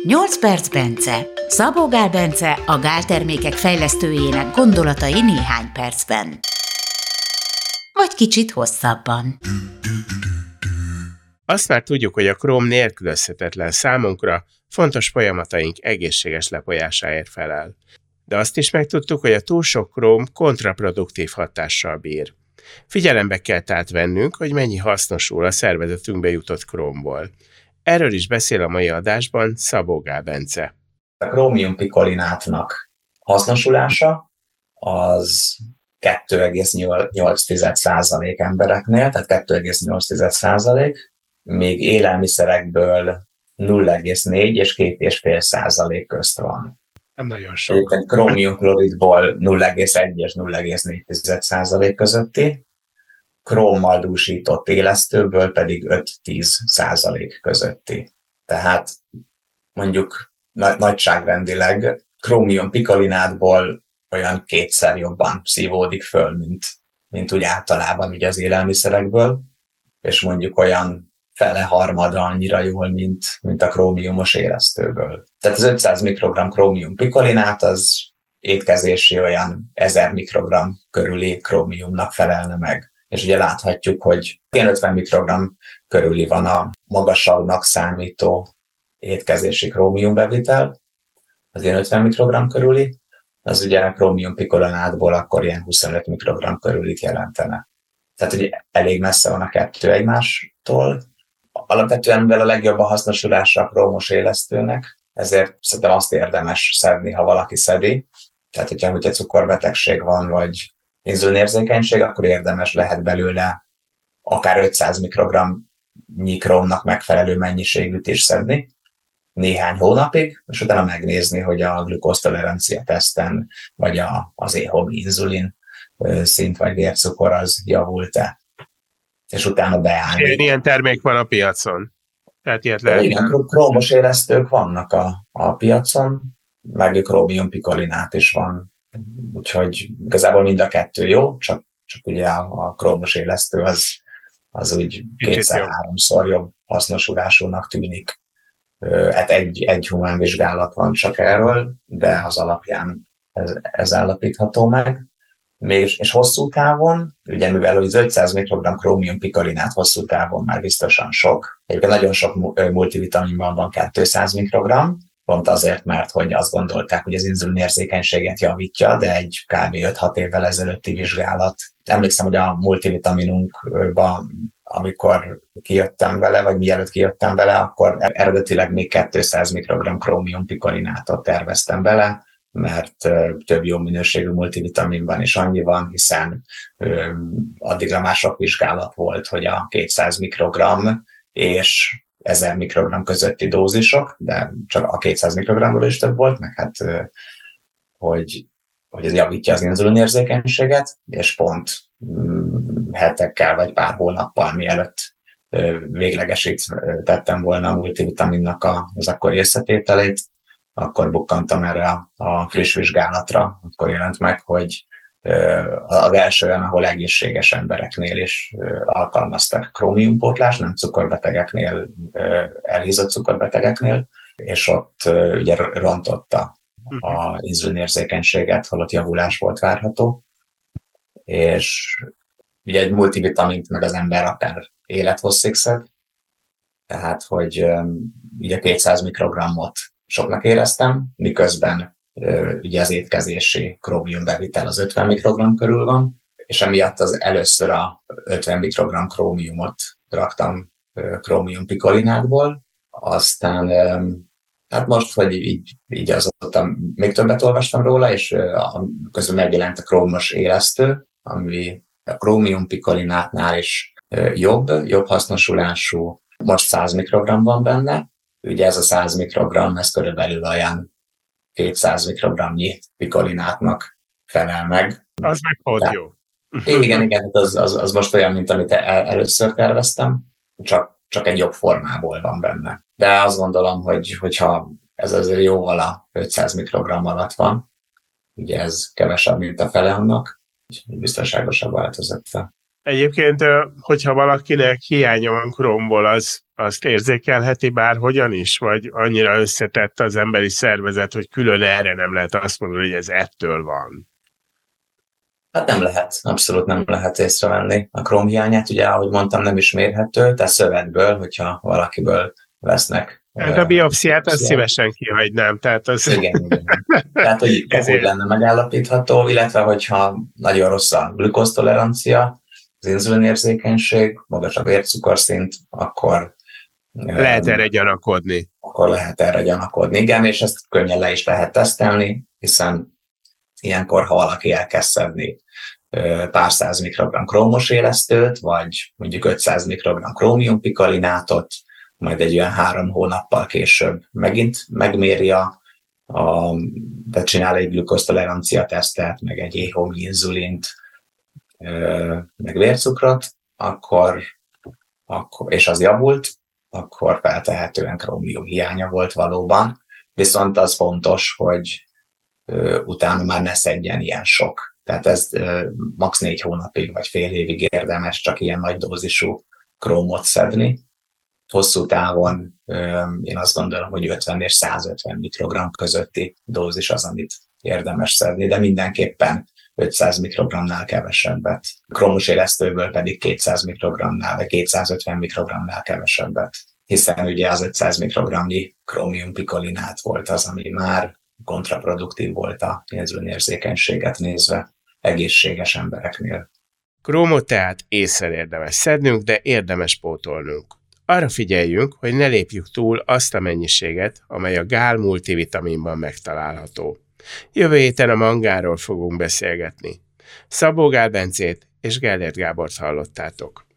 8 perc Bence. Szabó Gál Bence, a gáltermékek fejlesztőjének gondolatai néhány percben. Vagy kicsit hosszabban. Azt már tudjuk, hogy a króm nélkülözhetetlen számunkra, fontos folyamataink egészséges lefolyásáért felel. De azt is megtudtuk, hogy a túl sok króm kontraproduktív hatással bír. Figyelembe kell tehát vennünk, hogy mennyi hasznosul a szervezetünkbe jutott krómból. Erről is beszél a mai adásban Szabó Gál Bence. A krómium-pikolinátnak hasznosulása az 2,8% embereknél, tehát 2,8%, még élelmiszerekből 0,4 és 2,5% közt van. Nem nagyon sok. Egyébként krómiumkloridból 0,1 és 0,4% közötti, krómmal dúsított élesztőből pedig 5-10% közötti. Tehát mondjuk nagyságrendileg krómium-pikolinátból olyan 2-szer jobban szívódik föl, mint úgy általában ugye az élelmiszerekből, és mondjuk olyan fele-harmada annyira jól, mint a krómiumos élesztőből. Tehát az 500 mikrogramm krómium-pikolinát az étkezési olyan 1000 mikrogramm körüli krómiumnak felelne meg. És ugye láthatjuk, hogy 50 mikrogramm körüli van a magasabbnak számító étkezési krómiumbevitel, az ilyen 50 mikrogramm körüli, az ugye a krómium-pikolinátból akkor ilyen 25 mikrogramm körülit jelentene. Tehát ugye elég messze van a kettő egymástól. Alapvetően mivel a legjobb a hasznosulása a krómos élesztőnek, ezért szerintem azt érdemes szedni, ha valaki szedi. Tehát, hogyha egy cukorbetegség van, vagy inzulinérzékenység, akkor érdemes lehet belőle akár 500 mikrogramnyi krómnak megfelelő mennyiségűt is szedni néhány hónapig, és utána megnézni, hogy a glükóztolerancia teszten, vagy az EHOG inzulin szint, vagy vércukor az javult-e. És utána beállni. Ilyen termék van a piacon? Tehát ilyet lehet. Igen, krómos élesztők vannak a piacon, meg krómium-pikolinát is van. Úgyhogy igazából mind a kettő jó, csak ugye a krómos élesztő az úgy 2-3-szor jobb hasznosulásúnak tűnik. Hát egy humán vizsgálat van csak erről, de az alapján ez állapítható meg. És hosszú távon, ugye mivel az 500 mikrogramm krómium-pikolinát hosszú távon már biztosan sok, egyébként nagyon sok multivitaminban van 200 mikrogramm, pont azért, mert hogy azt gondolták, hogy az inzulinérzékenységet javítja, de egy kb. 5-6 évvel ezelőtti vizsgálat. Emlékszem, hogy a multivitaminunkban, amikor kijöttem vele, vagy mielőtt kijöttem vele, akkor eredetileg még 200 mikrogramm krómium-pikolinátot terveztem bele, mert több jó minőségű multivitaminban is annyi van, hiszen addigra már sok vizsgálat volt, hogy a 200 mikrogramm és 1000 mikrogramm közötti dózisok, de csak a 200 mikrogrammból is több volt, meg hát, hogy ez javítja az inzulinérzékenységet, és pont hetekkel vagy pár hónappal mielőtt véglegesítettem volna a multivitaminnak az akkori összetételét, akkor bukkantam erre a friss vizsgálatra, akkor jelent meg, hogy az első olyan, ahol egészséges embereknél is alkalmaztak krómiumpótlást, nem cukorbetegeknél, elhízott cukorbetegeknél, és ott ugye rontotta az inzulinérzékenységet, holott javulás volt várható, és ugye egy multivitamint meg az ember akár élethosszig szed, tehát hogy ugye 200 mikrogrammot soknak éreztem, miközben ugye az étkezési krómiumbevitel az 50 mikrogramm körül van, és emiatt az először a 50 mikrogramm krómiumot raktam krómium-pikolinátból, aztán hát most, hogy így azóta még többet olvastam róla, és közben megjelent a krómos élesztő, ami a krómium-pikolinátnál is jobb hasznosulású, most 100 mikrogramm van benne, ugye ez a 100 mikrogramm, ez körülbelül olyan 200 mikrogramnyi pikolinátnak felel meg. Az meg pont jó. Igen, az most olyan, mint amit először terveztem, csak egy jobb formából van benne. De azt gondolom, hogyha ez azért jóval a 500 mikrogramm alatt van, ugye ez kevesebb, mint a fele annak, biztonságosabb változata. Egyébként, hogyha valakinek hiánya van krómból, azt érzékelheti bárhogyan is, vagy annyira összetett az emberi szervezet, hogy külön erre nem lehet azt mondani, hogy ez ettől van? Hát nem lehet, abszolút nem lehet észrevenni a króm hiányát, ugye ahogy mondtam, nem is mérhető, tehát szövetből, hogyha valakiből vesznek. Hát a biopsziát azt szívesen kihagynám. Tehát az... Igen. Tehát, hogy úgy lenne megállapítható, illetve hogyha nagyon rossz a glükóztolerancia, az inzulinérzékenység, magas a vércukorszint, akkor lehet erre gyanakodni. Igen, és ezt könnyen le is lehet tesztelni, hiszen ilyenkor, ha valaki elkezd szedni pár száz mikrogram krómos élesztőt, vagy mondjuk 500 mikrogram krómiumpikalinátot, majd egy olyan 3 hónappal később megint megméri de csinál egy glükóztolerancia tesztet, meg egy éhom inzulint, meg vércukrot, akkor, és az javult, akkor feltehetően krómium hiánya volt valóban. Viszont az fontos, hogy utána már ne szedjen ilyen sok. Tehát ez max. 4 hónapig vagy fél évig érdemes csak ilyen nagy dózisú krómot szedni. Hosszú távon én azt gondolom, hogy 50 és 150 mikrogram közötti dózis az, amit érdemes szedni, de mindenképpen 500 mikrogramnál kevesebbet. Krómos élesztőből pedig 200 mikrogramnál, vagy 250 mikrogramnál kevesebbet. Hiszen ugye az 500 mikrogramnyi krómiumpikolinát volt az, ami már kontraproduktív volt a inzulinérzékenységet nézve egészséges embereknél. Krómot tehát észre érdemes szednünk, de érdemes pótolnunk. Arra figyeljünk, hogy ne lépjük túl azt a mennyiséget, amely a gál multivitaminban megtalálható. Jövő héten a mangáról fogunk beszélgetni. Szabó Gál Bencét és Gellért Gábort hallottátok.